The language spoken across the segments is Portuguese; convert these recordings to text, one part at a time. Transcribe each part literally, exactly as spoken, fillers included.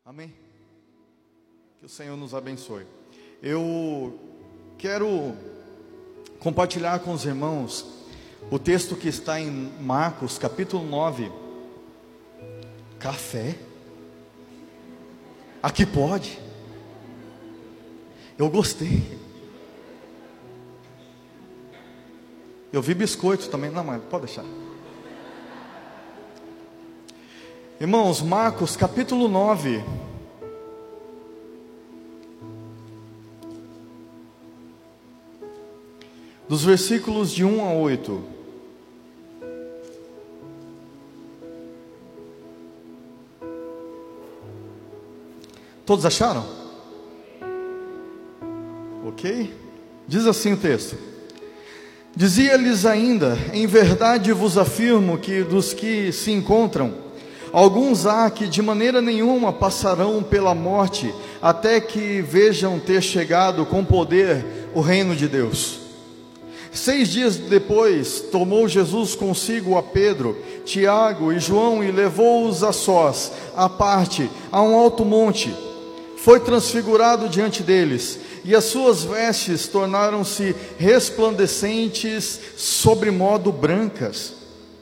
Amém? Que o Senhor nos abençoe. Eu quero compartilhar com os irmãos o texto que está em Marcos, capítulo nove. Café? Aqui pode? Eu gostei. Eu vi biscoito também. Não, mas pode deixar. Irmãos, Marcos capítulo nove. Dos versículos de um a oito. Todos acharam? Ok? Diz assim o texto: dizia-lhes ainda: em verdade vos afirmo que dos que se encontram, alguns há que de maneira nenhuma passarão pela morte, até que vejam ter chegado com poder o reino de Deus. Seis dias depois, tomou Jesus consigo a Pedro, Tiago e João e levou-os a sós, à parte, a um alto monte. Foi transfigurado diante deles, e as suas vestes tornaram-se resplandecentes, sobremodo brancas,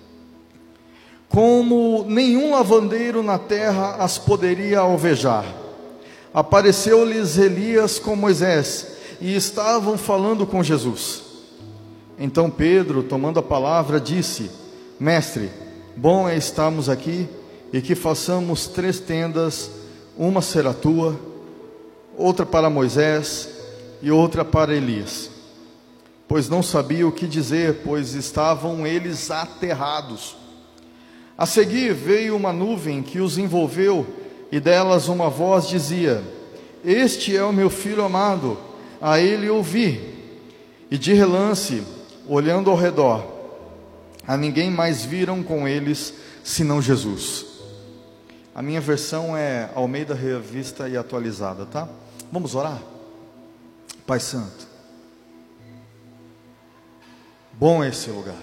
como nenhum lavandeiro na terra as poderia alvejar. Apareceu-lhes Elias com Moisés, e estavam falando com Jesus. Então Pedro, tomando a palavra, disse: Mestre, bom é estarmos aqui, e que façamos três tendas, uma será tua, outra para Moisés, e outra para Elias. Pois não sabia o que dizer, pois estavam eles aterrados. A seguir veio uma nuvem que os envolveu, e delas uma voz dizia: Este é o meu filho amado, a ele ouvi. E de relance, olhando ao redor, a ninguém mais viram com eles, senão Jesus. A minha versão é Almeida Revista e Atualizada, tá? Vamos orar? Pai Santo, bom é esse lugar.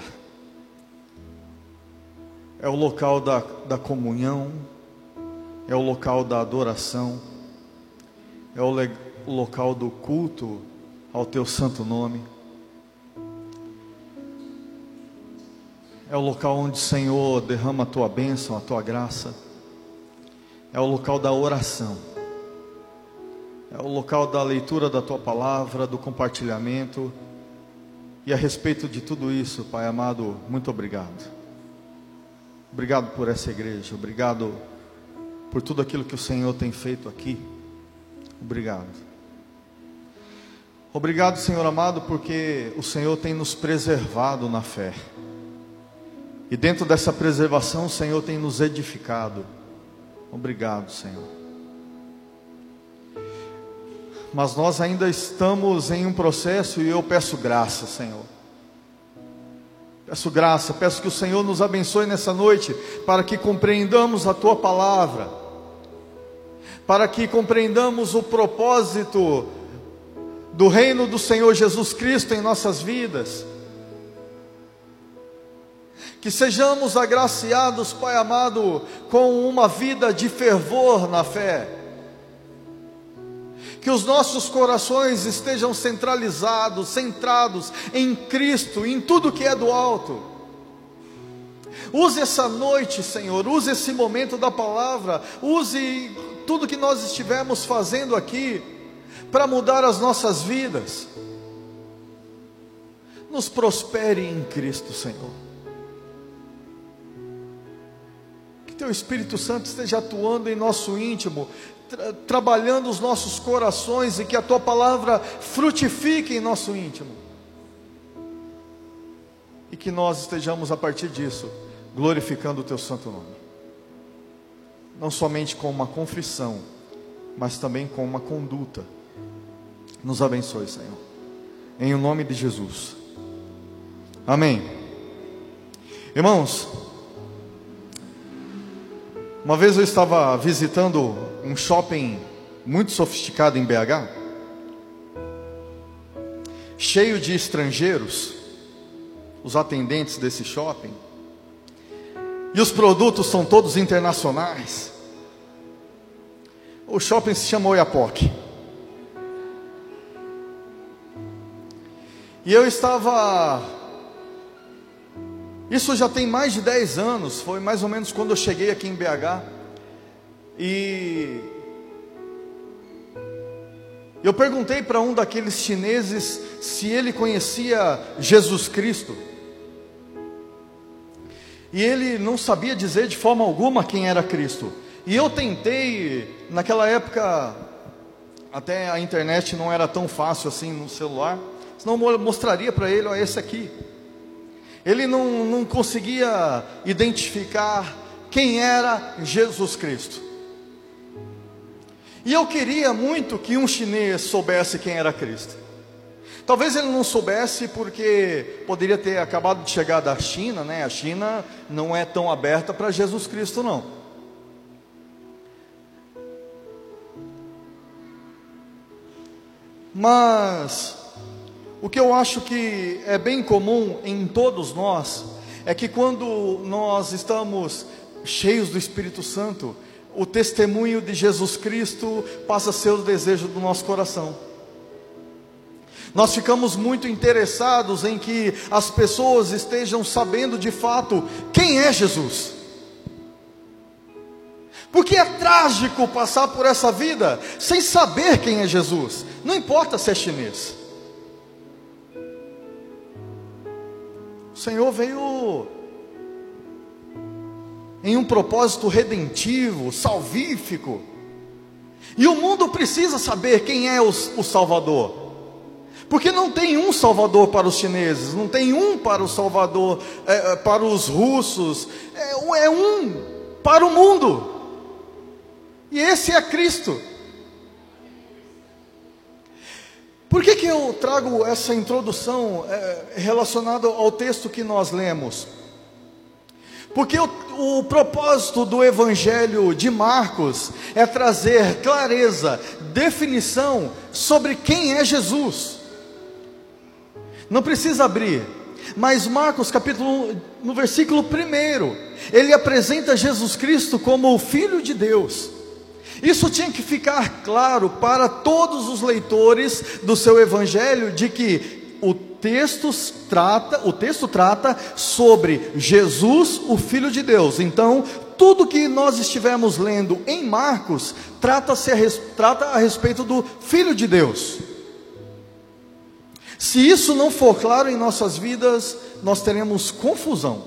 É o local da, da comunhão, é o local da adoração, é o, le, o local do culto ao Teu santo nome. É o local onde o Senhor derrama a Tua bênção, a Tua graça. É o local da oração. É o local da leitura da Tua palavra, do compartilhamento. E a respeito de tudo isso, Pai amado, muito obrigado. Obrigado por essa igreja. Obrigado por tudo aquilo que o Senhor tem feito aqui. Obrigado. Obrigado, Senhor amado, porque o Senhor tem nos preservado na fé. E dentro dessa preservação, o Senhor tem nos edificado. Obrigado, Senhor. Mas nós ainda estamos em um processo e eu peço graça, Senhor. Peço graça, peço que o Senhor nos abençoe nessa noite, para que compreendamos a Tua palavra, para que compreendamos o propósito do reino do Senhor Jesus Cristo em nossas vidas. Que sejamos agraciados, Pai amado, com uma vida de fervor na fé. Que os nossos corações estejam centralizados, centrados em Cristo, em tudo que é do alto. Use essa noite, Senhor, use esse momento da palavra, use tudo que nós estivermos fazendo aqui, para mudar as nossas vidas. Nos prospere em Cristo, Senhor. Teu Espírito Santo esteja atuando em nosso íntimo, tra trabalhando os nossos corações, e que a Tua palavra frutifique em nosso íntimo, e que nós estejamos a partir disso glorificando o Teu santo nome, não somente com uma confissão, mas também com uma conduta. Nos abençoe, Senhor, em o nome de Jesus, amém. Irmãos, uma vez eu estava visitando um shopping muito sofisticado em B H, cheio de estrangeiros, os atendentes desse shopping, e os produtos são todos internacionais. O shopping se chama Oiapoque. E eu estava... Isso já tem mais de dez anos, foi mais ou menos quando eu cheguei aqui em B H. E eu perguntei para um daqueles chineses se ele conhecia Jesus Cristo. E ele não sabia dizer de forma alguma quem era Cristo. E eu tentei, naquela época, até a internet não era tão fácil assim no celular, senão eu mostraria para ele, ó, esse aqui. Ele não, não conseguia identificar quem era Jesus Cristo. E eu queria muito que um chinês soubesse quem era Cristo. Talvez ele não soubesse porque poderia ter acabado de chegar da China, né? A China não é tão aberta para Jesus Cristo, não. Mas o que eu acho que é bem comum em todos nós é que quando nós estamos cheios do Espírito Santo, o testemunho de Jesus Cristo passa a ser o desejo do nosso coração. Nós ficamos muito interessados em que as pessoas estejam sabendo de fato quem é Jesus. Porque é trágico passar por essa vida sem saber quem é Jesus. Não importa se é chinês. O Senhor veio em um propósito redentivo, salvífico. E o mundo precisa saber quem é o, o Salvador. Porque não tem um Salvador para os chineses, não tem um para o Salvador, é, para os russos, é, é um para o mundo. E esse é Cristo. Por que que eu trago essa introdução é, relacionada ao texto que nós lemos? Porque o, o propósito do Evangelho de Marcos é trazer clareza, definição sobre quem é Jesus. Não precisa abrir, mas Marcos capítulo um, no versículo primeiro, ele apresenta Jesus Cristo como o Filho de Deus. Isso tinha que ficar claro para todos os leitores do seu Evangelho, de que o texto trata, o texto trata sobre Jesus, o Filho de Deus. Então, tudo que nós estivermos lendo em Marcos, trata-se a, trata a respeito do Filho de Deus. Se isso não for claro em nossas vidas, nós teremos confusão.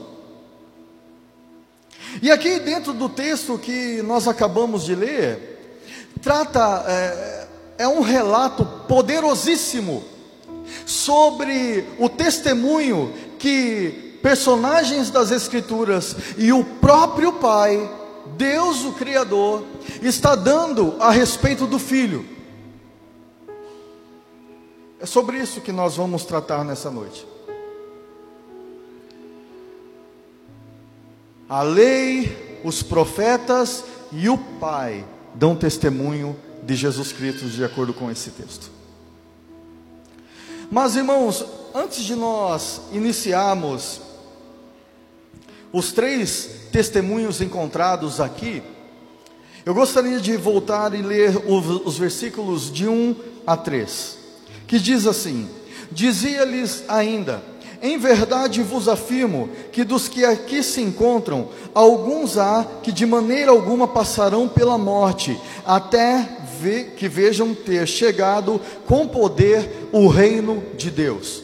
E aqui dentro do texto que nós acabamos de ler, trata, é, é um relato poderosíssimo sobre o testemunho que personagens das Escrituras e o próprio Pai, Deus o Criador, está dando a respeito do Filho. É sobre isso que nós vamos tratar nessa noite. A lei, os profetas e o Pai dão testemunho de Jesus Cristo de acordo com esse texto. Mas irmãos, antes de nós iniciarmos os três testemunhos encontrados aqui, eu gostaria de voltar e ler os versículos de um a três. Que diz assim: dizia-lhes ainda: em verdade vos afirmo que dos que aqui se encontram, alguns há que de maneira alguma passarão pela morte, até ve- que vejam ter chegado com poder o reino de Deus.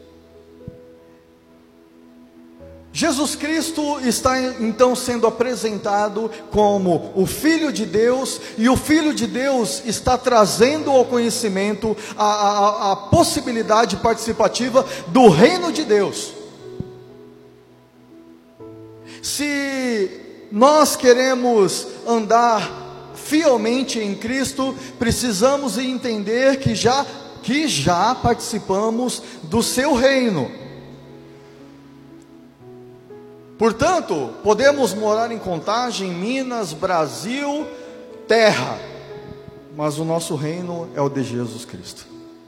Jesus Cristo está então sendo apresentado como o Filho de Deus, e o Filho de Deus está trazendo ao conhecimento a, a, a possibilidade participativa do reino de Deus. Se nós queremos andar fielmente em Cristo, precisamos entender que já, que já participamos do seu reino. Portanto, podemos morar em Contagem, Minas, Brasil, terra, mas o nosso reino é o de Jesus Cristo.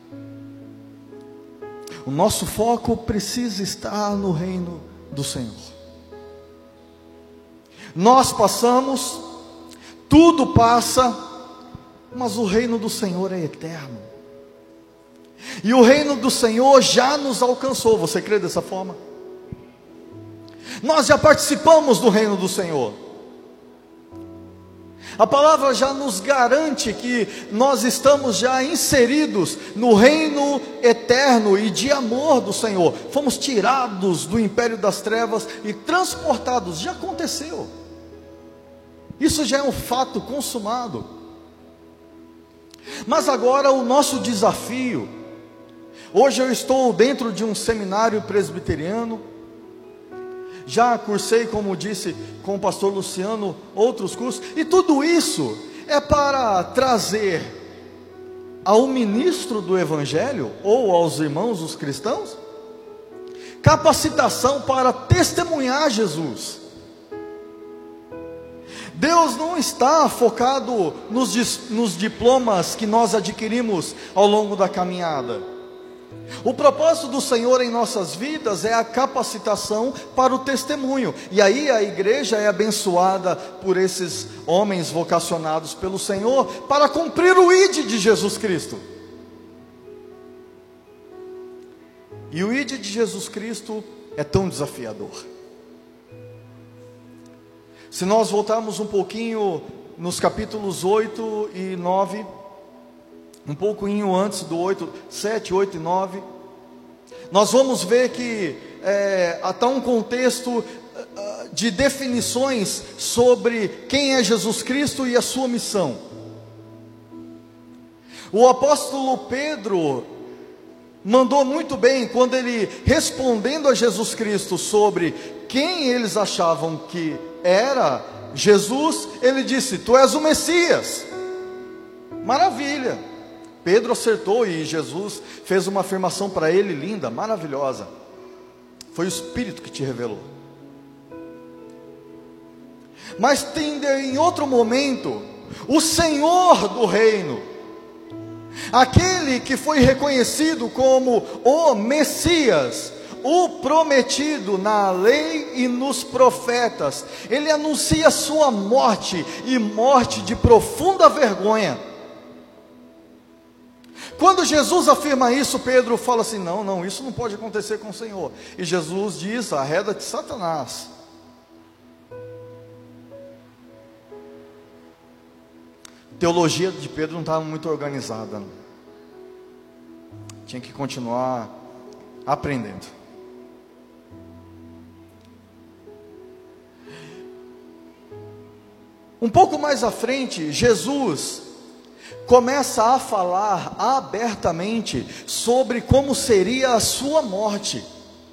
O nosso foco precisa estar no reino do Senhor. Nós passamos, tudo passa, mas o reino do Senhor é eterno. E o reino do Senhor já nos alcançou. Você crê dessa forma? Nós já participamos do reino do Senhor. A palavra já nos garante que nós estamos já inseridos no reino eterno e de amor do Senhor. Fomos tirados do império das trevas e transportados. Já aconteceu. Isso já é um fato consumado. Mas agora o nosso desafio. Hoje eu estou dentro de um seminário presbiteriano. Já cursei, como disse, com o pastor Luciano, outros cursos. E tudo isso é para trazer ao ministro do Evangelho, ou aos irmãos, os cristãos, capacitação para testemunhar Jesus. Deus não está focado nos, nos diplomas que nós adquirimos ao longo da caminhada. O propósito do Senhor em nossas vidas é a capacitação para o testemunho. E aí a igreja é abençoada por esses homens vocacionados pelo Senhor para cumprir o I D de Jesus Cristo. E o I D de Jesus Cristo é tão desafiador. Se nós voltarmos um pouquinho nos capítulos oito e nove, um pouquinho antes do oito, sete, oito e nove, nós vamos ver que é, até um contexto uh, de definições sobre quem é Jesus Cristo e a sua missão. O apóstolo Pedro mandou muito bem quando ele, respondendo a Jesus Cristo sobre quem eles achavam que era Jesus, ele disse: tu és o Messias. Maravilha. Pedro acertou e Jesus fez uma afirmação para ele linda, maravilhosa. Foi o Espírito que te revelou. Mas tem em outro momento, o Senhor do reino, aquele que foi reconhecido como o Messias, o prometido na lei e nos profetas, ele anuncia sua morte, e morte de profunda vergonha. Quando Jesus afirma isso, Pedro fala assim: não, não, isso não pode acontecer com o Senhor. E Jesus diz: arreda-te, Satanás. A teologia de Pedro não estava muito organizada. Tinha que continuar aprendendo. Um pouco mais à frente, Jesus começa a falar abertamente sobre como seria a sua morte.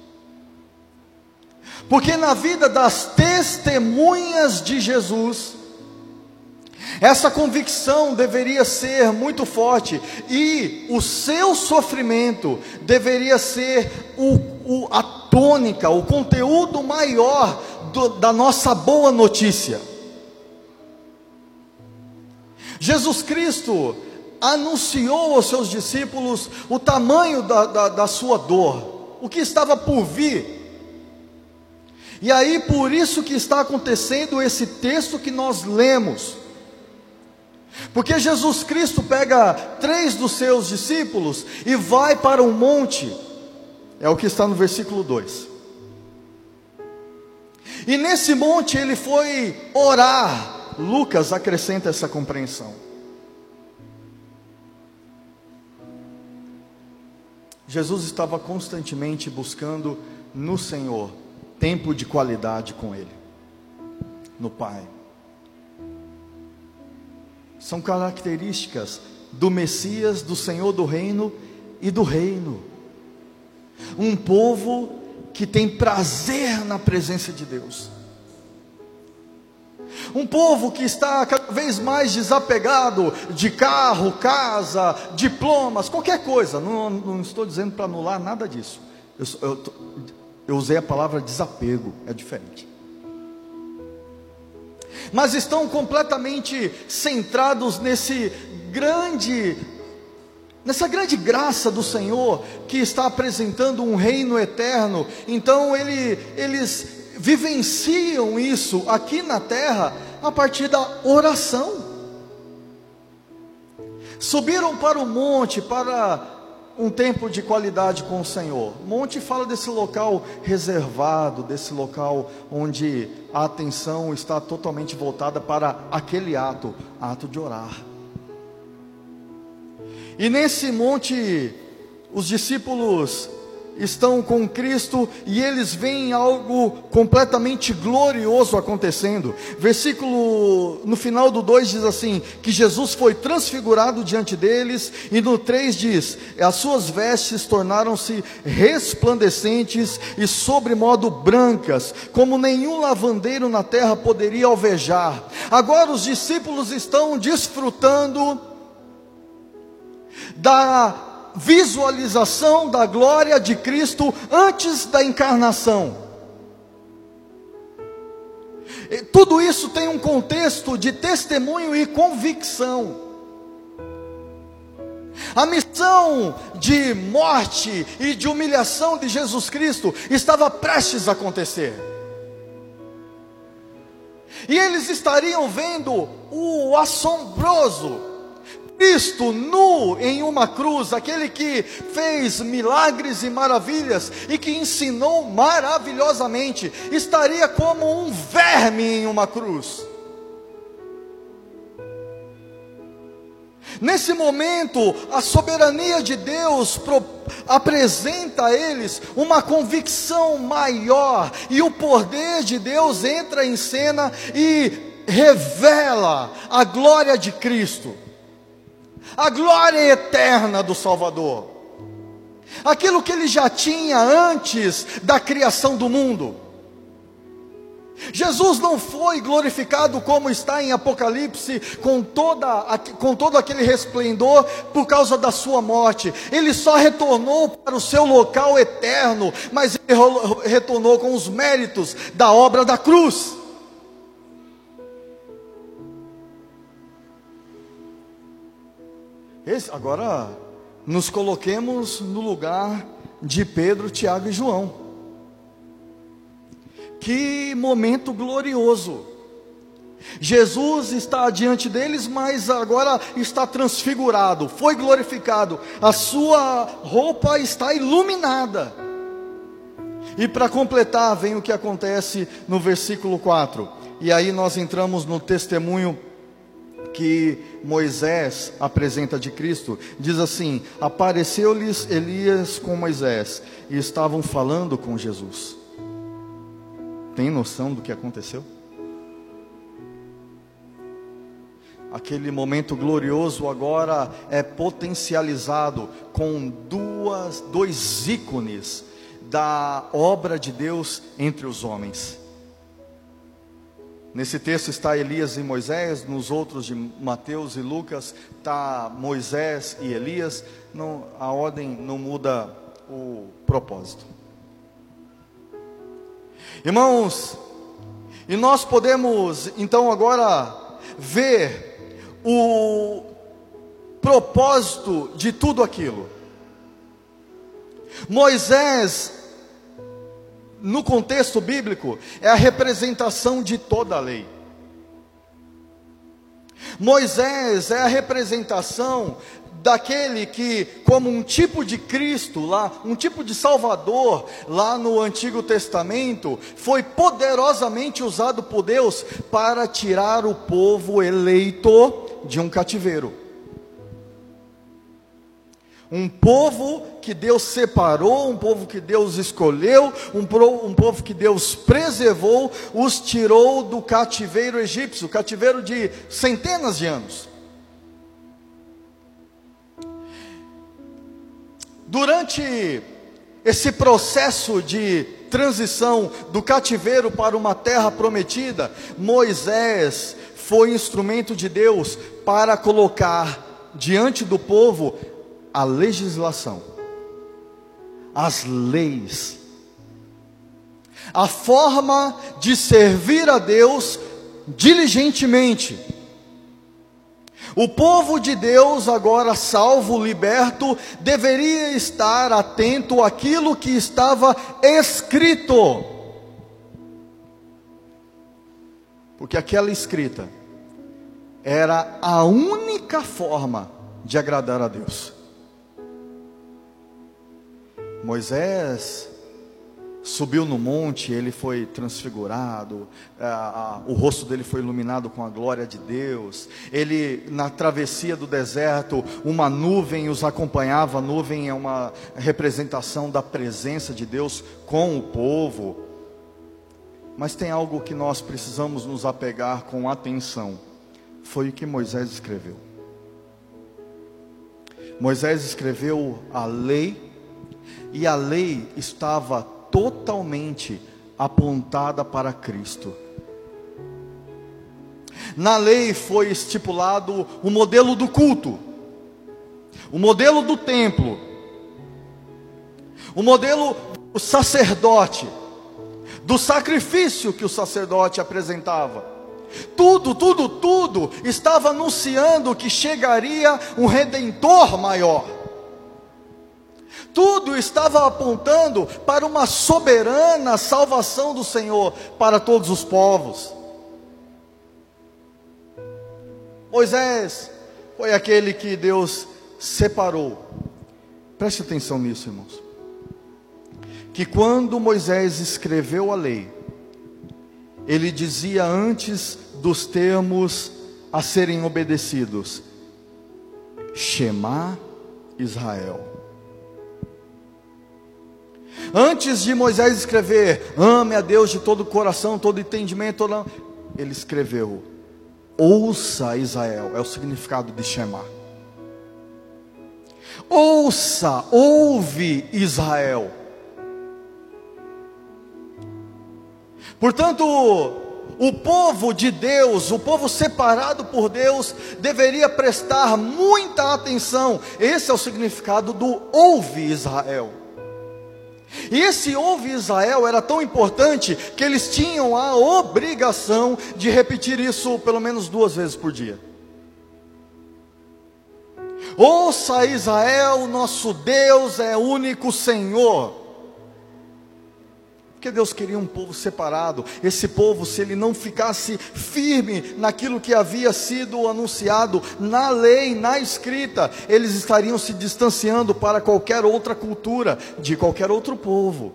Porque na vida das testemunhas de Jesus, essa convicção deveria ser muito forte, e o seu sofrimento deveria ser o, o, a tônica, o conteúdo maior do, da nossa boa notícia. Jesus Cristo anunciou aos seus discípulos o tamanho da, da, da sua dor, o que estava por vir. E aí, por isso que está acontecendo esse texto que nós lemos. Porque Jesus Cristo pega três dos seus discípulos e vai para um monte. É o que está no versículo dois. E nesse monte ele foi orar. Lucas acrescenta essa compreensão. Jesus estava constantemente buscando no Senhor tempo de qualidade com Ele, no Pai. São características do Messias, do Senhor do reino e do reino. Um povo que tem prazer na presença de Deus. Um povo que está cada vez mais desapegado de carro, casa, diplomas, qualquer coisa. Não, não estou dizendo para anular nada disso. Eu, eu, eu usei a palavra desapego, é diferente. Mas estão completamente centrados nesse grande, nessa grande graça do Senhor, que está apresentando um reino eterno. Então ele, eles vivenciam isso aqui na terra a partir da oração. Subiram para o monte para um tempo de qualidade com o Senhor. Monte fala desse local reservado, desse local onde a atenção está totalmente voltada para aquele ato, ato de orar. E nesse monte, os discípulos estão com Cristo e eles veem algo completamente glorioso acontecendo. Versículo, no final do dois diz assim, que Jesus foi transfigurado diante deles, e no três diz, as suas vestes tornaram-se resplandecentes e sobremodo brancas, como nenhum lavandeiro na terra poderia alvejar. Agora os discípulos estão desfrutando da visualização da glória de Cristo antes da encarnação. E tudo isso tem um contexto de testemunho e convicção. A missão de morte e de humilhação de Jesus Cristo estava prestes a acontecer. E eles estariam vendo o assombroso Cristo nu em uma cruz, aquele que fez milagres e maravilhas e que ensinou maravilhosamente, estaria como um verme em uma cruz. Nesse momento, a soberania de Deus pro, apresenta a eles uma convicção maior, e o poder de Deus entra em cena e revela a glória de Cristo, a glória eterna do Salvador, aquilo que ele já tinha antes da criação do mundo. Jesus não foi glorificado como está em Apocalipse, com, toda, com todo aquele resplendor por causa da sua morte. Ele só retornou para o seu local eterno, mas ele retornou com os méritos da obra da cruz. Esse, agora, nos coloquemos no lugar de Pedro, Tiago e João. Que momento glorioso! Jesus está diante deles, mas agora está transfigurado, foi glorificado, a sua roupa está iluminada. E para completar, vem o que acontece no versículo quatro, e aí nós entramos no testemunho que Moisés apresenta de Cristo. Diz assim: apareceu-lhes Elias com Moisés, e estavam falando com Jesus. Tem noção do que aconteceu? Aquele momento glorioso agora é potencializado com duas, dois ícones da obra de Deus entre os homens. Nesse texto está Elias e Moisés, nos outros de Mateus e Lucas está Moisés e Elias. Não, a ordem não muda o propósito. Irmãos, e nós podemos então agora ver o propósito de tudo aquilo. Moisés, no contexto bíblico, é a representação de toda a lei. Moisés é a representação daquele que, como um tipo de Cristo lá, um tipo de Salvador lá no Antigo Testamento, foi poderosamente usado por Deus para tirar o povo eleito de um cativeiro. Um povo que Deus separou, um povo que Deus escolheu, um, pro, um povo que Deus preservou, os tirou do cativeiro egípcio, cativeiro de centenas de anos. Durante esse processo de transição do cativeiro para uma terra prometida, Moisés foi instrumento de Deus para colocar diante do povo a legislação, as leis, a forma de servir a Deus diligentemente. O povo de Deus, agora salvo, liberto, deveria estar atento àquilo que estava escrito, porque aquela escrita era a única forma de agradar a Deus. Moisés subiu no monte, ele foi transfigurado, a, a, o rosto dele foi iluminado com a glória de Deus. Ele, na travessia do deserto, uma nuvem os acompanhava. A nuvem é uma representação da presença de Deus com o povo. Mas tem algo que nós precisamos nos apegar com atenção. Foi o que Moisés escreveu. Moisés escreveu a lei, e a lei estava totalmente apontada para Cristo. Na lei foi estipulado o modelo do culto, o modelo do templo, o modelo do sacerdote, do sacrifício que o sacerdote apresentava. Tudo, tudo, tudo estava anunciando que chegaria um Redentor maior. Tudo estava apontando para uma soberana salvação do Senhor para todos os povos. Moisés foi aquele que Deus separou. Preste atenção nisso, irmãos. Que quando Moisés escreveu a lei, ele dizia antes dos termos a serem obedecidos: Shema Israel. Antes de Moisés escrever, ame a Deus de todo o coração, todo entendimento, todo... ele escreveu, ouça Israel, é o significado de Shema. Ouça, ouve Israel. Portanto, o povo de Deus, o povo separado por Deus, deveria prestar muita atenção. Esse é o significado do ouve Israel. E esse ouve Israel era tão importante que eles tinham a obrigação de repetir isso pelo menos duas vezes por dia. Ouça Israel, nosso Deus é único Senhor. Porque Deus queria um povo separado. Esse povo, se ele não ficasse firme naquilo que havia sido anunciado na lei, na escrita, eles estariam se distanciando para qualquer outra cultura, de qualquer outro povo.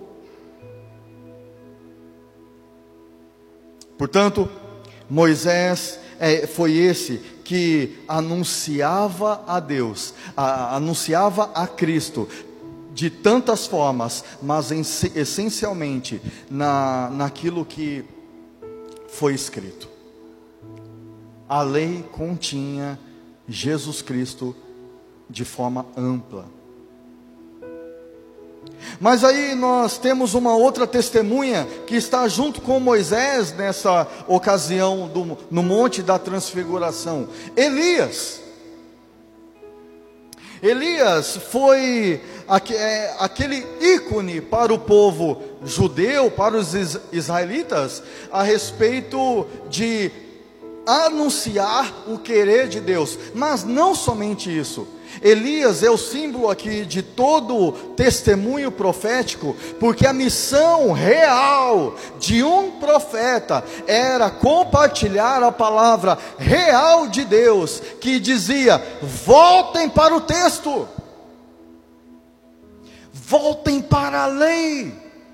Portanto, Moisés é, foi esse que anunciava a Deus, a, anunciava a Cristo, de tantas formas, mas em, essencialmente na, naquilo que foi escrito. A lei continha Jesus Cristo de forma ampla. Mas aí nós temos uma outra testemunha que está junto com Moisés nessa ocasião do, no Monte da Transfiguração: Elias. Elias foi aquele ícone para o povo judeu, para os israelitas, a respeito de anunciar o querer de Deus. Mas não somente isso. Elias é o símbolo aqui de todo testemunho profético, porque a missão real de um profeta era compartilhar a palavra real de Deus, que dizia: voltem para o texto, voltem para a lei.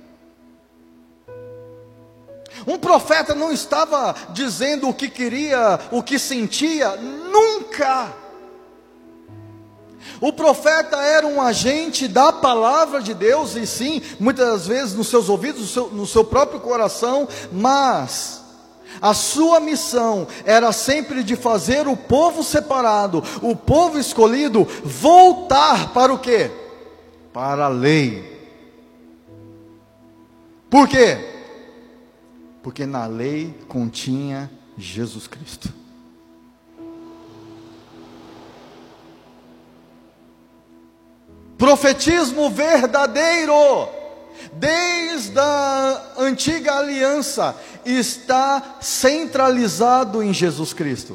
Um profeta não estava dizendo o que queria, o que sentia, nunca. O profeta era um agente da palavra de Deus, e sim, muitas vezes nos seus ouvidos, no seu, no seu próprio coração, mas a sua missão era sempre de fazer o povo separado, o povo escolhido, voltar para o quê? Para a lei. Por quê? Porque na lei continha Jesus Cristo. Profetismo verdadeiro, desde a antiga aliança, está centralizado em Jesus Cristo.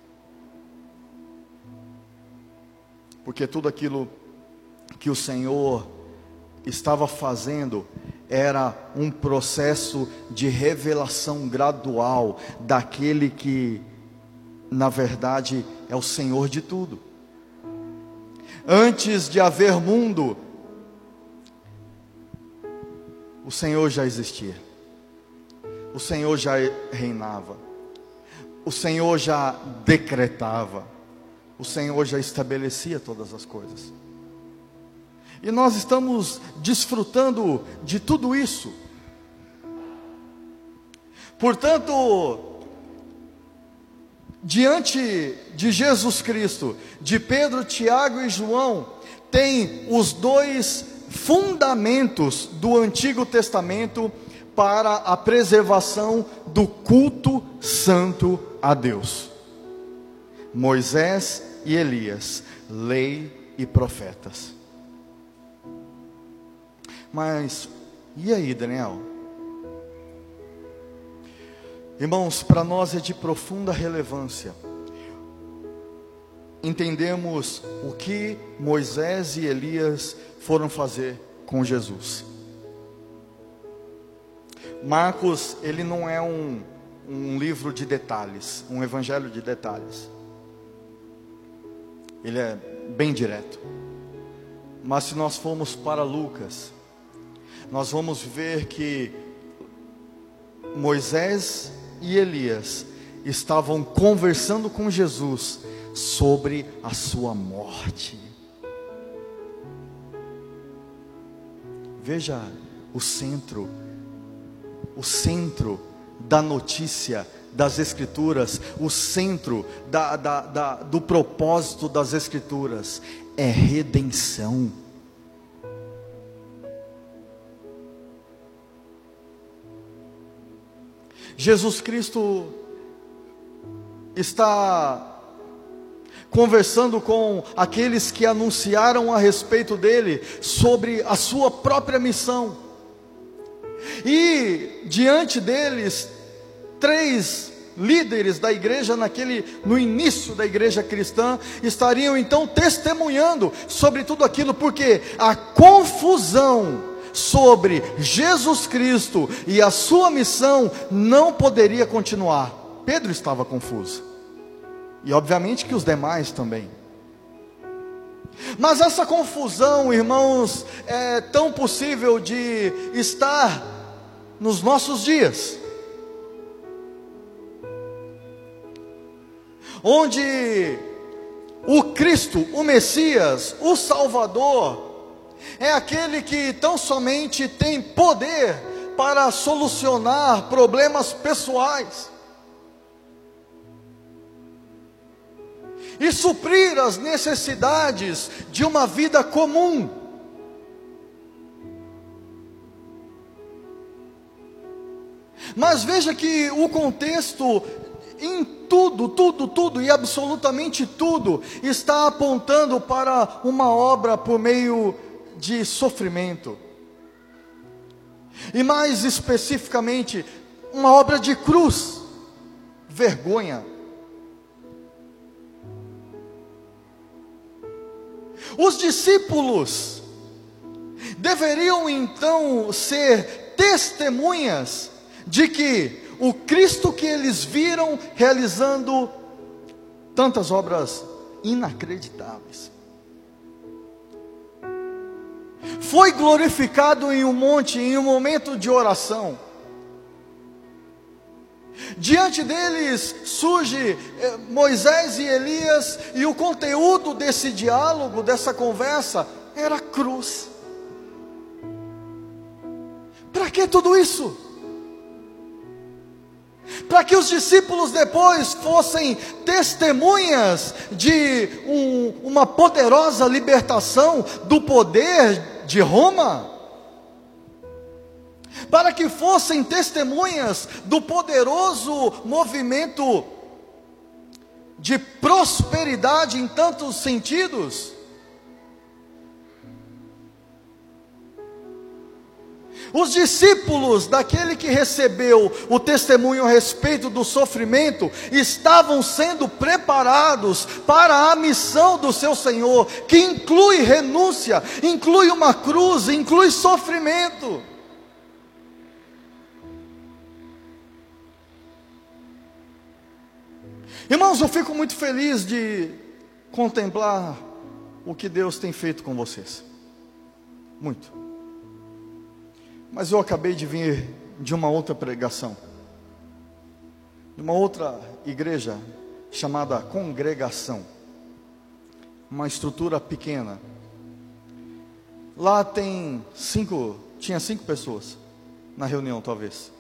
Porque tudo aquilo que o Senhor estava fazendo era um processo de revelação gradual daquele que, na verdade, é o Senhor de tudo. Antes de haver mundo, o Senhor já existia. O Senhor já reinava. O Senhor já decretava. O Senhor já estabelecia todas as coisas. E nós estamos desfrutando de tudo isso. Portanto, diante de Jesus Cristo, de Pedro, Tiago e João, tem os dois fundamentos do Antigo Testamento para a preservação do culto santo a Deus: Moisés e Elias, lei e profetas. Mas, e aí, Daniel? Irmãos, para nós é de profunda relevância entendemos o que Moisés e Elias foram fazer com Jesus. Marcos, ele não é um, um livro de detalhes, um evangelho de detalhes. Ele é bem direto. Mas se nós formos para Lucas, nós vamos ver que Moisés e Elias estavam conversando com Jesus sobre a sua morte. Veja o centro, o centro da notícia das Escrituras, o centro da, da, da, do propósito das Escrituras é redenção. Jesus Cristo está conversando com aqueles que anunciaram a respeito dele sobre a sua própria missão. E diante deles, três líderes da igreja naquele, no início da igreja cristã, estariam então testemunhando sobre tudo aquilo, porque a confusão sobre Jesus Cristo e a sua missão não poderia continuar. Pedro estava confuso, e obviamente que os demais também. Mas essa confusão, irmãos, é tão possível de estar nos nossos dias, onde o Cristo, o Messias, o Salvador, é aquele que tão somente tem poder para solucionar problemas pessoais e suprir as necessidades de uma vida comum. Mas veja que o contexto em tudo, tudo, tudo e absolutamente tudo está apontando para uma obra por meio de sofrimento, e mais especificamente uma obra de cruz, vergonha. Os discípulos deveriam então ser testemunhas de que o Cristo que eles viram realizando tantas obras inacreditáveis foi glorificado em um monte, em um momento de oração. Diante deles surge eh, Moisés e Elias, e o conteúdo desse diálogo, dessa conversa, era cruz. Para que tudo isso? Para que os discípulos depois fossem testemunhas de um, uma poderosa libertação do poder de Roma? Para que fossem testemunhas do poderoso movimento de prosperidade em tantos sentidos? Os discípulos daquele que recebeu o testemunho a respeito do sofrimento estavam sendo preparados para a missão do seu Senhor, que inclui renúncia, inclui uma cruz, inclui sofrimento. Irmãos, eu fico muito feliz de contemplar o que Deus tem feito com vocês. Muito. Mas eu acabei de vir de uma outra pregação, de uma outra igreja chamada Congregação, uma estrutura pequena. Lá tem cinco, tinha cinco pessoas na reunião talvez.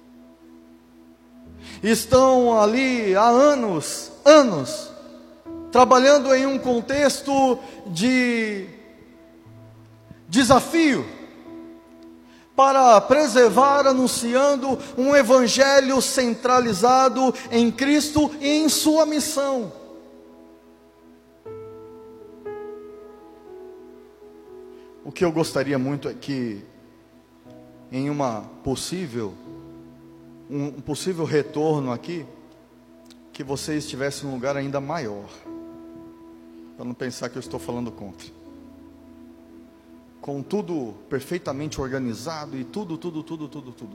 Estão ali há anos, anos, trabalhando em um contexto de desafio, para preservar, anunciando um evangelho centralizado em Cristo e em sua missão. O que eu gostaria muito é que, em uma possível, um, um possível retorno aqui, que você estivesse num lugar ainda maior, para não pensar que eu estou falando contra. Com tudo perfeitamente organizado e tudo, tudo, tudo, tudo, tudo.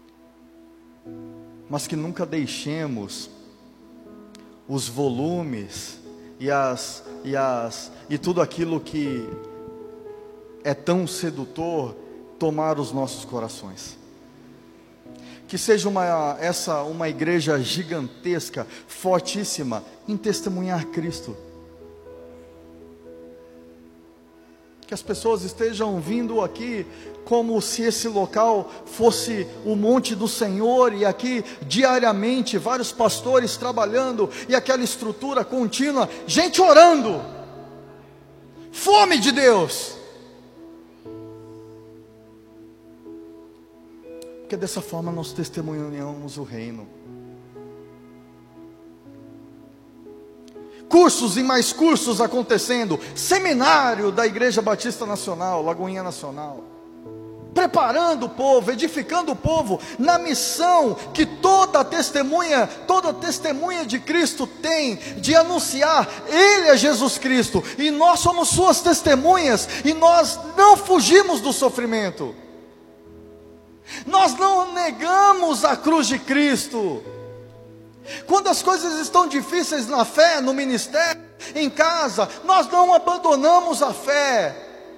Mas que nunca deixemos os volumes e as e as e tudo aquilo que é tão sedutor tomar os nossos corações. Que seja uma essa uma igreja gigantesca, fortíssima em testemunhar Cristo. Que as pessoas estejam vindo aqui como se esse local fosse o monte do Senhor, e aqui diariamente vários pastores trabalhando, e aquela estrutura contínua, gente orando, fome de Deus, porque dessa forma nós testemunhamos o reino. Cursos e mais cursos acontecendo, seminário da Igreja Batista Nacional, Lagoinha Nacional, preparando o povo, edificando o povo, na missão que toda testemunha, toda testemunha de Cristo tem, de anunciar, Ele é Jesus Cristo, e nós somos suas testemunhas, e nós não fugimos do sofrimento, nós não negamos a cruz de Cristo. Quando as coisas estão difíceis na fé, no ministério, em casa, nós não abandonamos a fé.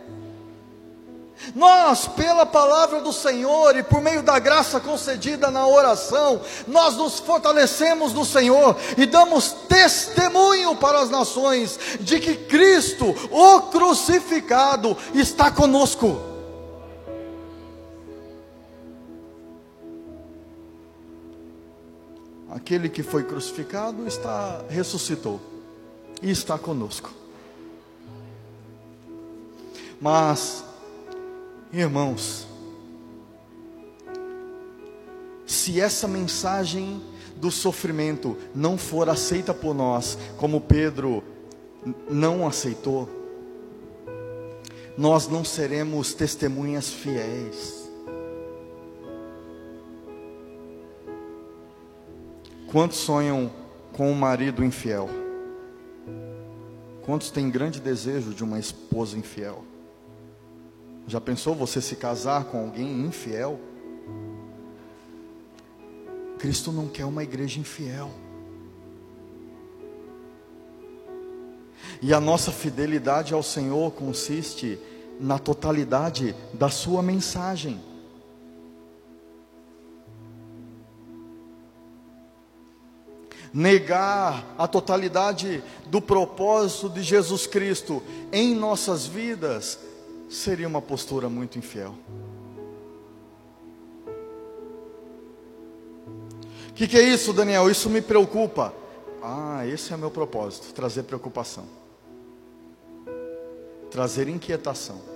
Nós, pela palavra do Senhor e por meio da graça concedida na oração, nós nos fortalecemos no Senhor e damos testemunho para as nações de que Cristo, o crucificado, está conosco. Aquele que foi crucificado está, ressuscitou e está conosco. Mas, irmãos, se essa mensagem do sofrimento não for aceita por nós, como Pedro não aceitou, nós não seremos testemunhas fiéis. Quantos sonham com um marido infiel? Quantos têm grande desejo de uma esposa infiel? Já pensou você se casar com alguém infiel? Cristo não quer uma igreja infiel. E a nossa fidelidade ao Senhor consiste na totalidade da sua mensagem. Negar a totalidade do propósito de Jesus Cristo em nossas vidas seria uma postura muito infiel. O que, que é isso, Daniel? Isso me preocupa. Ah, esse é meu propósito, trazer preocupação, trazer inquietação.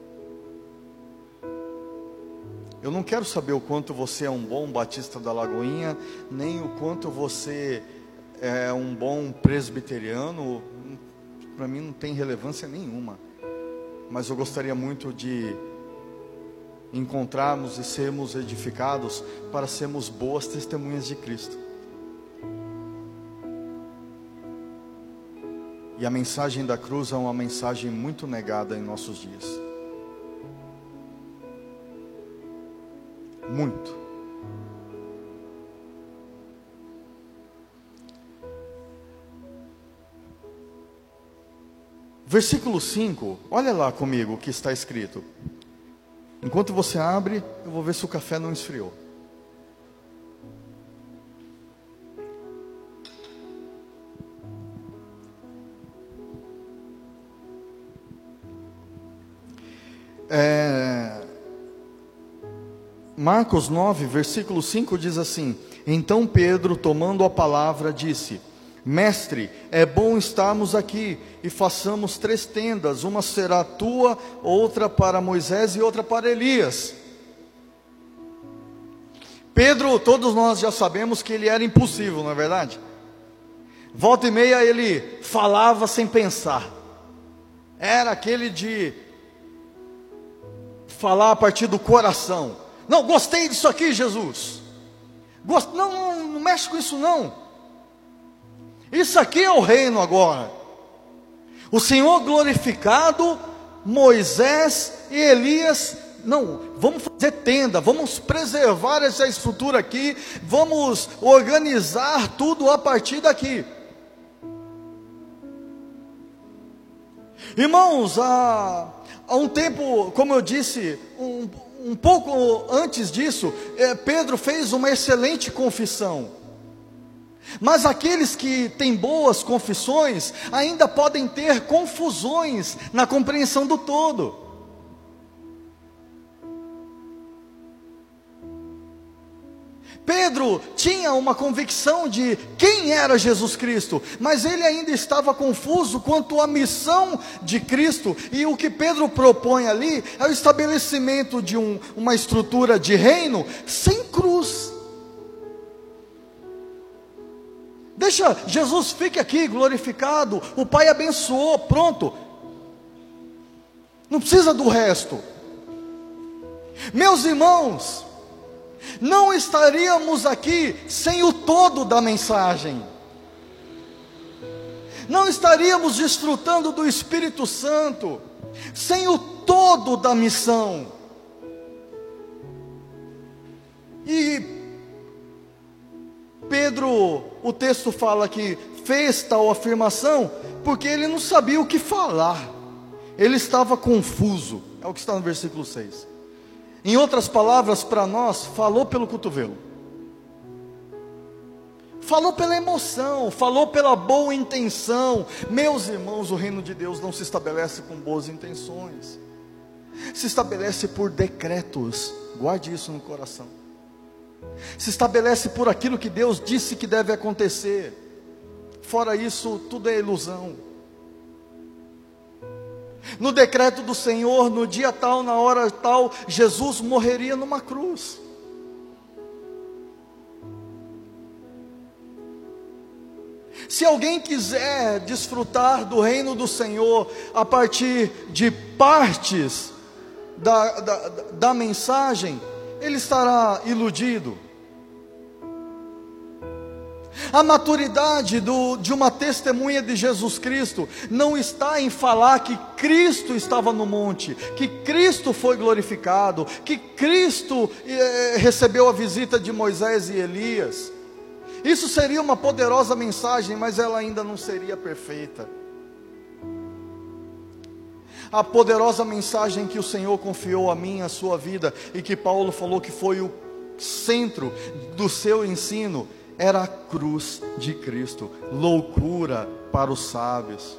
Eu não quero saber o quanto você é um bom batista da Lagoinha, nem o quanto você é um bom presbiteriano. Para mim não tem relevância nenhuma. Mas eu gostaria muito de encontrarmos e sermos edificados para sermos boas testemunhas de Cristo. E a mensagem da cruz é uma mensagem muito negada em nossos dias. Muito. Versículo cinco, olha lá comigo o que está escrito. Enquanto você abre, eu vou ver se o café não esfriou. É, Marcos nove, versículo cinco diz assim: então Pedro, tomando a palavra, disse: Mestre, é bom estarmos aqui, e façamos três tendas, uma será tua, outra para Moisés e outra para Elias. Pedro, todos nós já sabemos que ele era impossível, não é verdade? Volta e meia ele falava sem pensar, era aquele de falar a partir do coração. Não, gostei disso aqui, Jesus. Gost... Não, não, não mexe com isso não. Isso aqui é o reino agora. O Senhor glorificado, Moisés e Elias. Não, vamos fazer tenda, vamos preservar essa estrutura aqui, vamos organizar tudo a partir daqui. Irmãos, há, há um tempo, como eu disse, um, um pouco antes disso, eh, Pedro fez uma excelente confissão. Mas aqueles que têm boas confissões ainda podem ter confusões na compreensão do todo. Pedro tinha uma convicção de quem era Jesus Cristo, mas ele ainda estava confuso quanto à missão de Cristo. E o que Pedro propõe ali é o estabelecimento de um, uma estrutura de reino sem cruz. Deixa Jesus fique aqui glorificado, o Pai abençoou, pronto. Não precisa do resto. Meus irmãos, não estaríamos aqui sem o todo da mensagem. Não estaríamos desfrutando do Espírito Santo sem o todo da missão. E Pedro, o texto fala que fez tal afirmação porque ele não sabia o que falar. Ele estava confuso. É o que está no versículo seis. Em outras palavras, para nós, falou pelo cotovelo. Falou pela emoção, falou pela boa intenção. Meus irmãos, o reino de Deus não se estabelece com boas intenções. Se estabelece por decretos. Guarde isso no coração. Se estabelece por aquilo que Deus disse que deve acontecer. Fora isso, tudo é ilusão. No decreto do Senhor, no dia tal, na hora tal, Jesus morreria numa cruz. Se alguém quiser desfrutar do reino do Senhor a partir de partes da, da, da mensagem, ele estará iludido. A maturidade do, de uma testemunha de Jesus Cristo não está em falar que Cristo estava no monte, que Cristo foi glorificado, que Cristo eh, recebeu a visita de Moisés e Elias. Isso seria uma poderosa mensagem, mas ela ainda não seria perfeita. A poderosa mensagem que o Senhor confiou a mim, a sua vida, e que Paulo falou que foi o centro do seu ensino, era a cruz de Cristo, loucura para os sábios.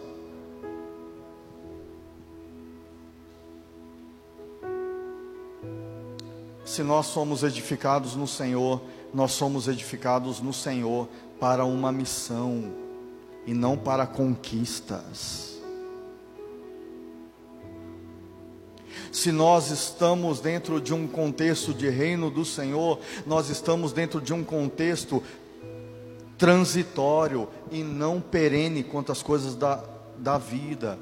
Se nós somos edificados no Senhor, nós somos edificados no Senhor para uma missão e não para conquistas. Se nós estamos dentro de um contexto de reino do Senhor, nós estamos dentro de um contexto transitório e não perene quanto às coisas da, da vida.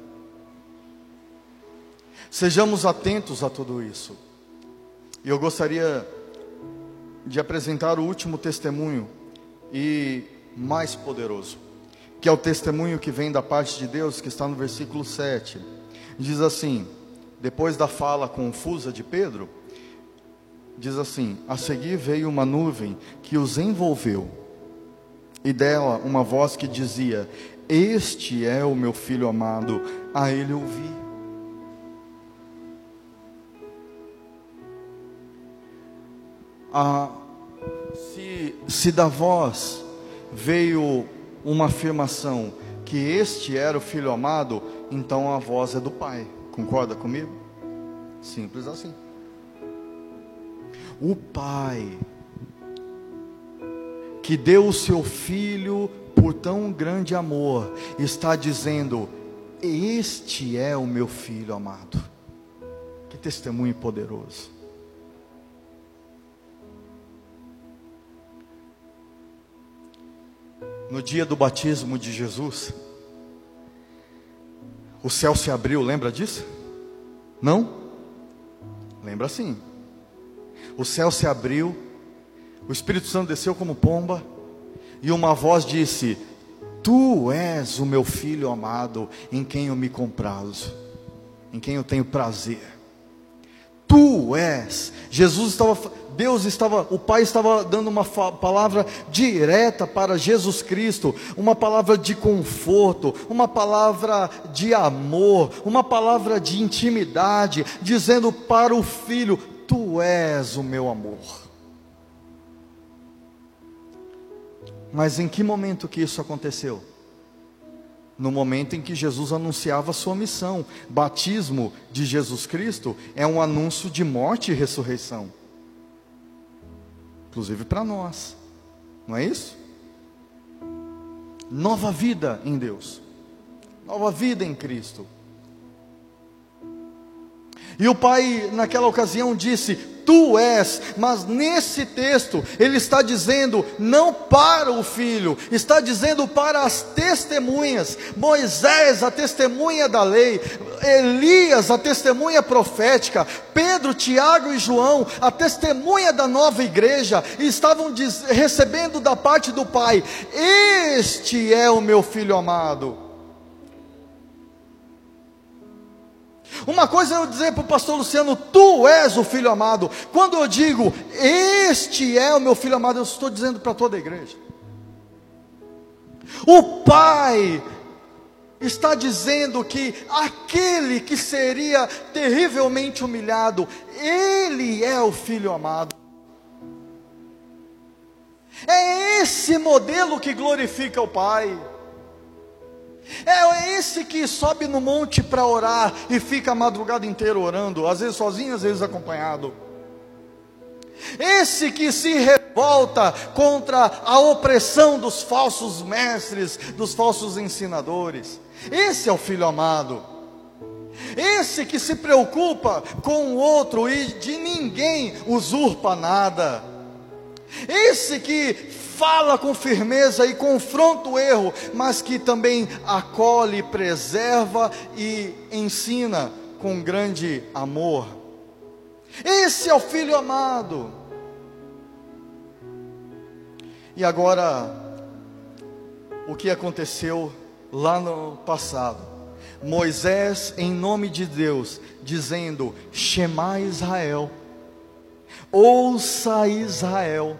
Sejamos atentos a tudo isso. E eu gostaria de apresentar o último testemunho e mais poderoso, que é o testemunho que vem da parte de Deus, que está no versículo sete. Diz assim, depois da fala confusa de Pedro, diz assim: a seguir veio uma nuvem que os envolveu, e dela uma voz que dizia: este é o meu filho amado, a ele ouvi. Ah, se, se da voz veio uma afirmação que este era o filho amado, então a voz é do Pai. Concorda comigo? Simples assim. O Pai que deu o seu filho por tão grande amor está dizendo: este é o meu filho amado. Que testemunho poderoso. No dia do batismo de Jesus, o céu se abriu, lembra disso? Não? Lembra sim. O céu se abriu, o Espírito Santo desceu como pomba, e uma voz disse: tu és o meu filho amado, em quem eu me comprazo, em quem eu tenho prazer. Tu és. Jesus estava, Deus estava, o Pai estava dando uma palavra direta para Jesus Cristo, uma palavra de conforto, uma palavra de amor, uma palavra de intimidade, dizendo para o Filho: tu és o meu amor. Mas em que momento que isso aconteceu? No momento em que Jesus anunciava a sua missão. Batismo de Jesus Cristo é um anúncio de morte e ressurreição, inclusive para nós, não é isso? Nova vida em Deus, nova vida em Cristo. E o Pai naquela ocasião disse: tu és. Mas nesse texto ele está dizendo não para o Filho, está dizendo para as testemunhas. Moisés, a testemunha da lei; Elias, a testemunha profética; Pedro, Tiago e João, a testemunha da nova igreja, estavam diz, recebendo da parte do Pai: este é o meu Filho amado. Uma coisa é eu dizer para o pastor Luciano: tu és o filho amado. Quando eu digo este é o meu filho amado, eu estou dizendo para toda a igreja. O Pai está dizendo que aquele que seria terrivelmente humilhado, ele é o filho amado. É esse modelo que glorifica o Pai. É esse que sobe no monte para orar e fica a madrugada inteira orando, às vezes sozinho, às vezes acompanhado. Esse que se revolta contra a opressão dos falsos mestres, dos falsos ensinadores. Esse é o filho amado. Esse que se preocupa com o outro e de ninguém usurpa nada. Esse que fala com firmeza e confronta o erro, mas que também acolhe, preserva e ensina com grande amor. Esse é o filho amado. E agora, o que aconteceu lá no passado? Moisés, em nome de Deus, dizendo: Shema Israel, ouça Israel,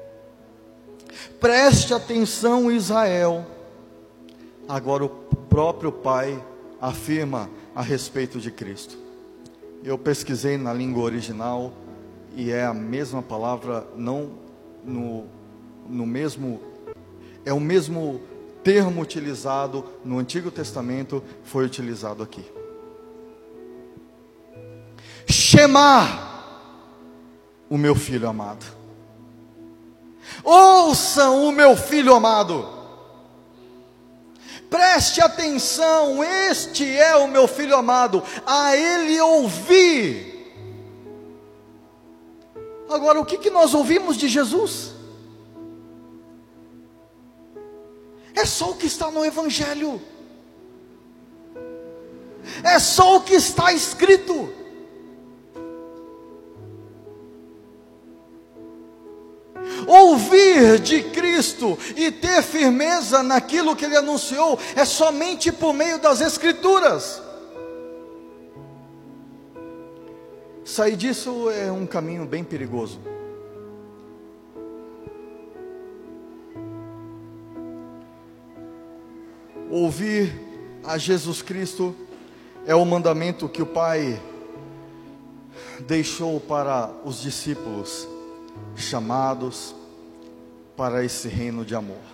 preste atenção Israel. Agora o próprio Pai afirma a respeito de Cristo. Eu pesquisei na língua original e é a mesma palavra, não no, no mesmo, é o mesmo termo utilizado no Antigo Testamento, foi utilizado aqui. Shema, o meu filho amado. Ouçam o meu filho amado. Preste atenção, este é o meu filho amado, a ele ouvi. Agora, o que, que nós ouvimos de Jesus? É só o que está no Evangelho. É só o que está escrito. Ouvir de Cristo e ter firmeza naquilo que Ele anunciou é somente por meio das Escrituras. Sair disso é um caminho bem perigoso. ouvir a Jesus Cristo é o mandamento que o Pai deixou para os discípulos chamados para esse reino de amor.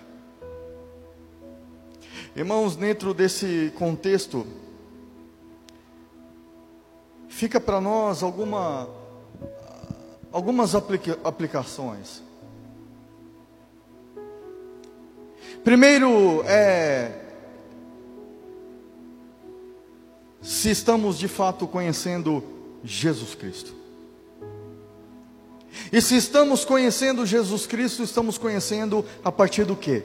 Irmãos, dentro desse contexto, fica para nós alguma, algumas aplica, aplicações. Primeiro é se estamos de fato conhecendo Jesus Cristo. E se estamos conhecendo Jesus Cristo, estamos conhecendo a partir do quê?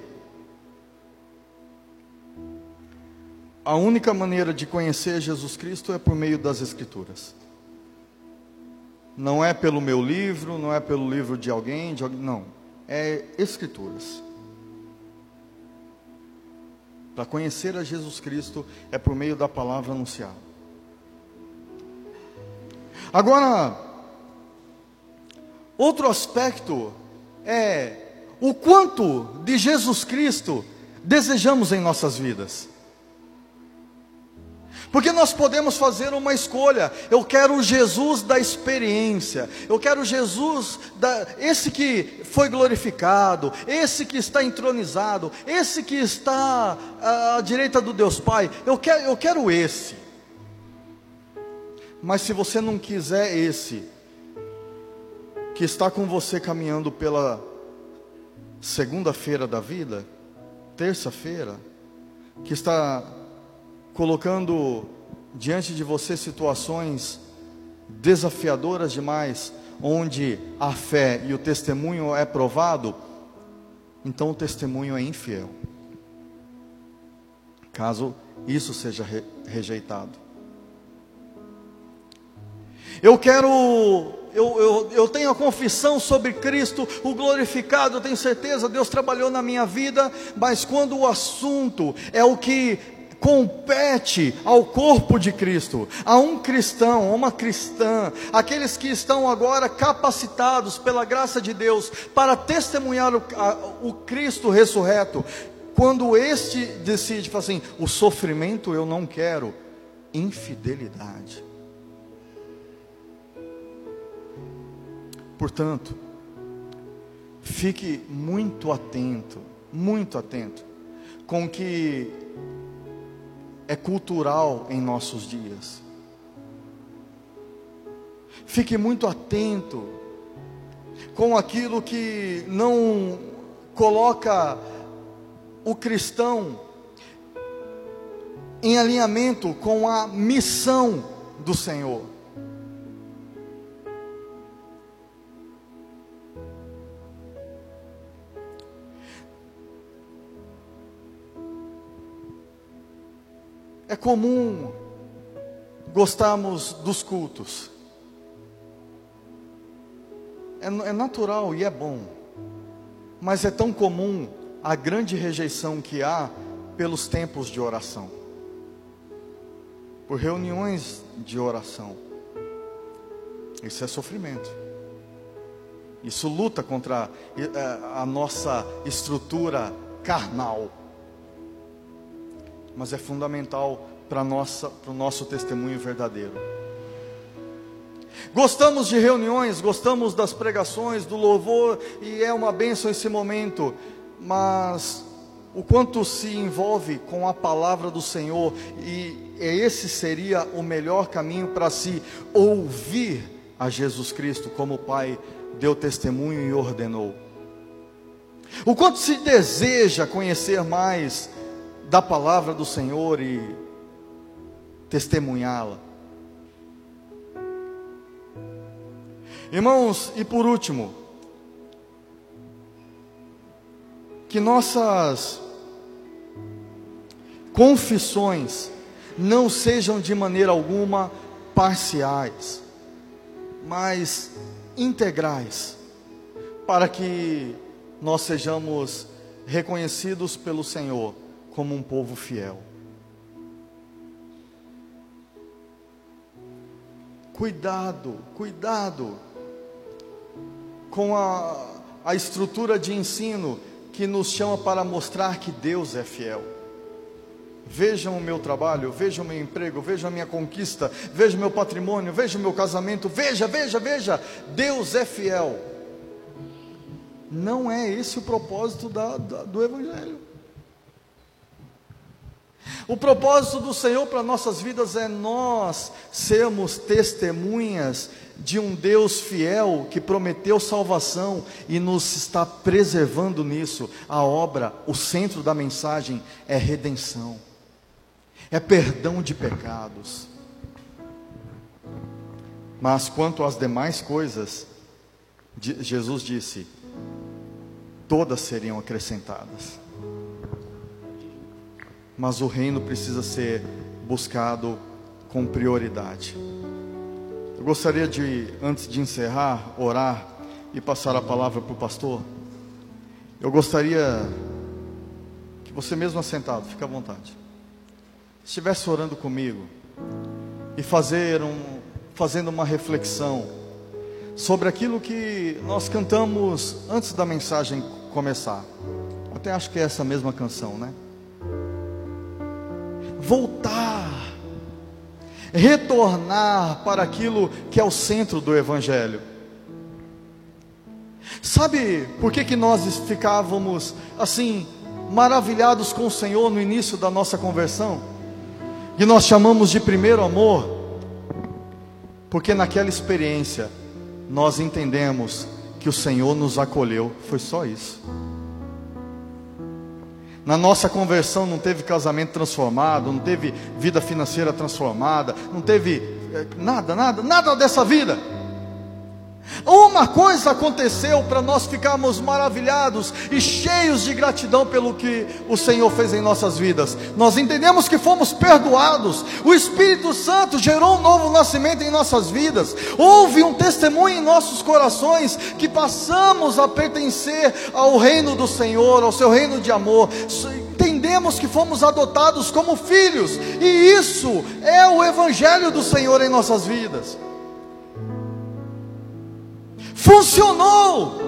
A única maneira de conhecer Jesus Cristo é por meio das Escrituras. Não é pelo meu livro, não é pelo livro de alguém, de alguém, não. É Escrituras. Para conhecer a Jesus Cristo é por meio da palavra anunciada. Agora, outro aspecto é o quanto de Jesus Cristo desejamos em nossas vidas. Porque nós podemos fazer uma escolha. Eu quero o Jesus da experiência. Eu quero Jesus, da, esse que foi glorificado, esse que está entronizado, esse que está à direita do Deus Pai. Eu quero, eu quero esse. Mas se você não quiser esse, que está com você caminhando pela segunda-feira da vida, terça-feira, que está colocando diante de você situações desafiadoras demais, onde a fé e o testemunho é provado, então o testemunho é infiel, caso isso seja re- rejeitado. Eu quero, eu, eu, eu tenho a confissão sobre Cristo, o glorificado, eu tenho certeza, Deus trabalhou na minha vida, mas quando o assunto é o que compete ao corpo de Cristo, a um cristão, a uma cristã, aqueles que estão agora capacitados pela graça de Deus para testemunhar o, a, o Cristo ressurreto, quando este decide, fala assim, o sofrimento eu não quero, infidelidade. Portanto, fique muito atento, muito atento com o que é cultural em nossos dias. Fique muito atento com aquilo que não coloca o cristão em alinhamento com a missão do Senhor. É comum gostarmos dos cultos. É, é natural e é bom. Mas é tão comum a grande rejeição que há pelos tempos de oração. Por reuniões de oração. Isso é sofrimento. Isso luta contra a, a nossa estrutura carnal. Mas é fundamental para nossa, para o nosso testemunho verdadeiro. Gostamos de reuniões, gostamos das pregações, do louvor, e é uma bênção esse momento, mas o quanto se envolve com a palavra do Senhor, e esse seria o melhor caminho para se ouvir a Jesus Cristo, como o Pai deu testemunho e ordenou. O quanto se deseja conhecer mais da palavra do Senhor e testemunhá-la. Irmãos, e por último, que nossas confissões não sejam de maneira alguma parciais, mas integrais, para que nós sejamos reconhecidos pelo Senhor como um povo fiel. Cuidado, cuidado com a, a estrutura de ensino que nos chama para mostrar que Deus é fiel. Vejam o meu trabalho, vejam o meu emprego, vejam a minha conquista, vejam o meu patrimônio, vejam o meu casamento, veja, veja, veja, Deus é fiel. Não é esse o propósito da, da, do Evangelho. O propósito do Senhor para nossas vidas é nós sermos testemunhas de um Deus fiel que prometeu salvação e nos está preservando nisso. A obra, o centro da mensagem é redenção, é perdão de pecados. Mas quanto às demais coisas, Jesus disse, todas seriam acrescentadas. Mas o reino precisa ser buscado com prioridade. Eu gostaria de, antes de encerrar, orar e passar a palavra para o pastor. Eu gostaria que você mesmo assentado, fique à vontade, estivesse orando comigo e fazer um, fazendo uma reflexão sobre aquilo que nós cantamos antes da mensagem começar. Até acho que é essa mesma canção, né? Voltar, retornar para aquilo que é o centro do Evangelho. Sabe por que que nós ficávamos assim maravilhados com o Senhor no início da nossa conversão? E nós chamamos de primeiro amor, porque naquela experiência nós entendemos que o Senhor nos acolheu, foi só isso. Na nossa conversão não teve casamento transformado, não teve vida financeira transformada, não teve nada, nada, nada dessa vida. Uma coisa aconteceu para nós ficarmos maravilhados e cheios de gratidão pelo que o Senhor fez em nossas vidas. Nós entendemos que fomos perdoados. O Espírito Santo gerou um novo nascimento em nossas vidas. Houve um testemunho em nossos corações que passamos a pertencer ao reino do Senhor, ao seu reino de amor. Entendemos que fomos adotados como filhos, e isso é o Evangelho do Senhor em nossas vidas. Funcionou.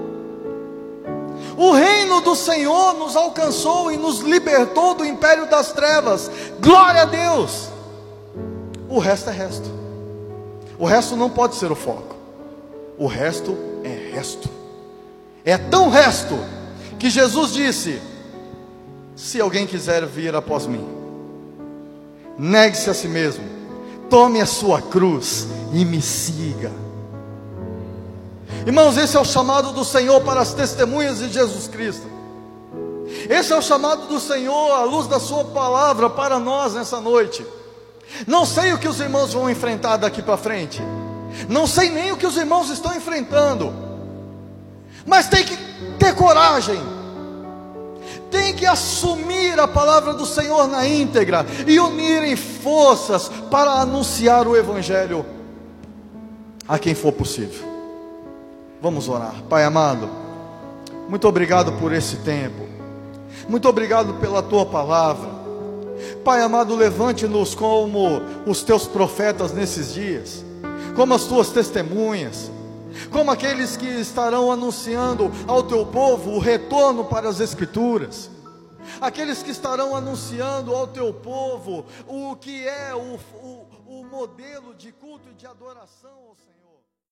O reino do Senhor nos alcançou e nos libertou do império das trevas. Glória a Deus. O resto é resto. O resto não pode ser o foco. O resto é resto. É tão resto que Jesus disse: se alguém quiser vir após mim, negue-se a si mesmo, tome a sua cruz e me siga. Irmãos, esse é o chamado do Senhor para as testemunhas de Jesus Cristo. Esse é o chamado do Senhor à luz da sua palavra para nós nessa noite. Não sei o que os irmãos vão enfrentar daqui para frente, não sei nem o que os irmãos estão enfrentando, mas tem que ter coragem, tem que assumir a palavra do Senhor na íntegra e unirem forças para anunciar o Evangelho a quem for possível. Vamos orar. Pai amado, muito obrigado por esse tempo, muito obrigado pela tua palavra. Pai amado, levante-nos como os teus profetas nesses dias, como as tuas testemunhas, como aqueles que estarão anunciando ao teu povo o retorno para as Escrituras, aqueles que estarão anunciando ao teu povo o que é o, o, o modelo de culto e de adoração ao Senhor.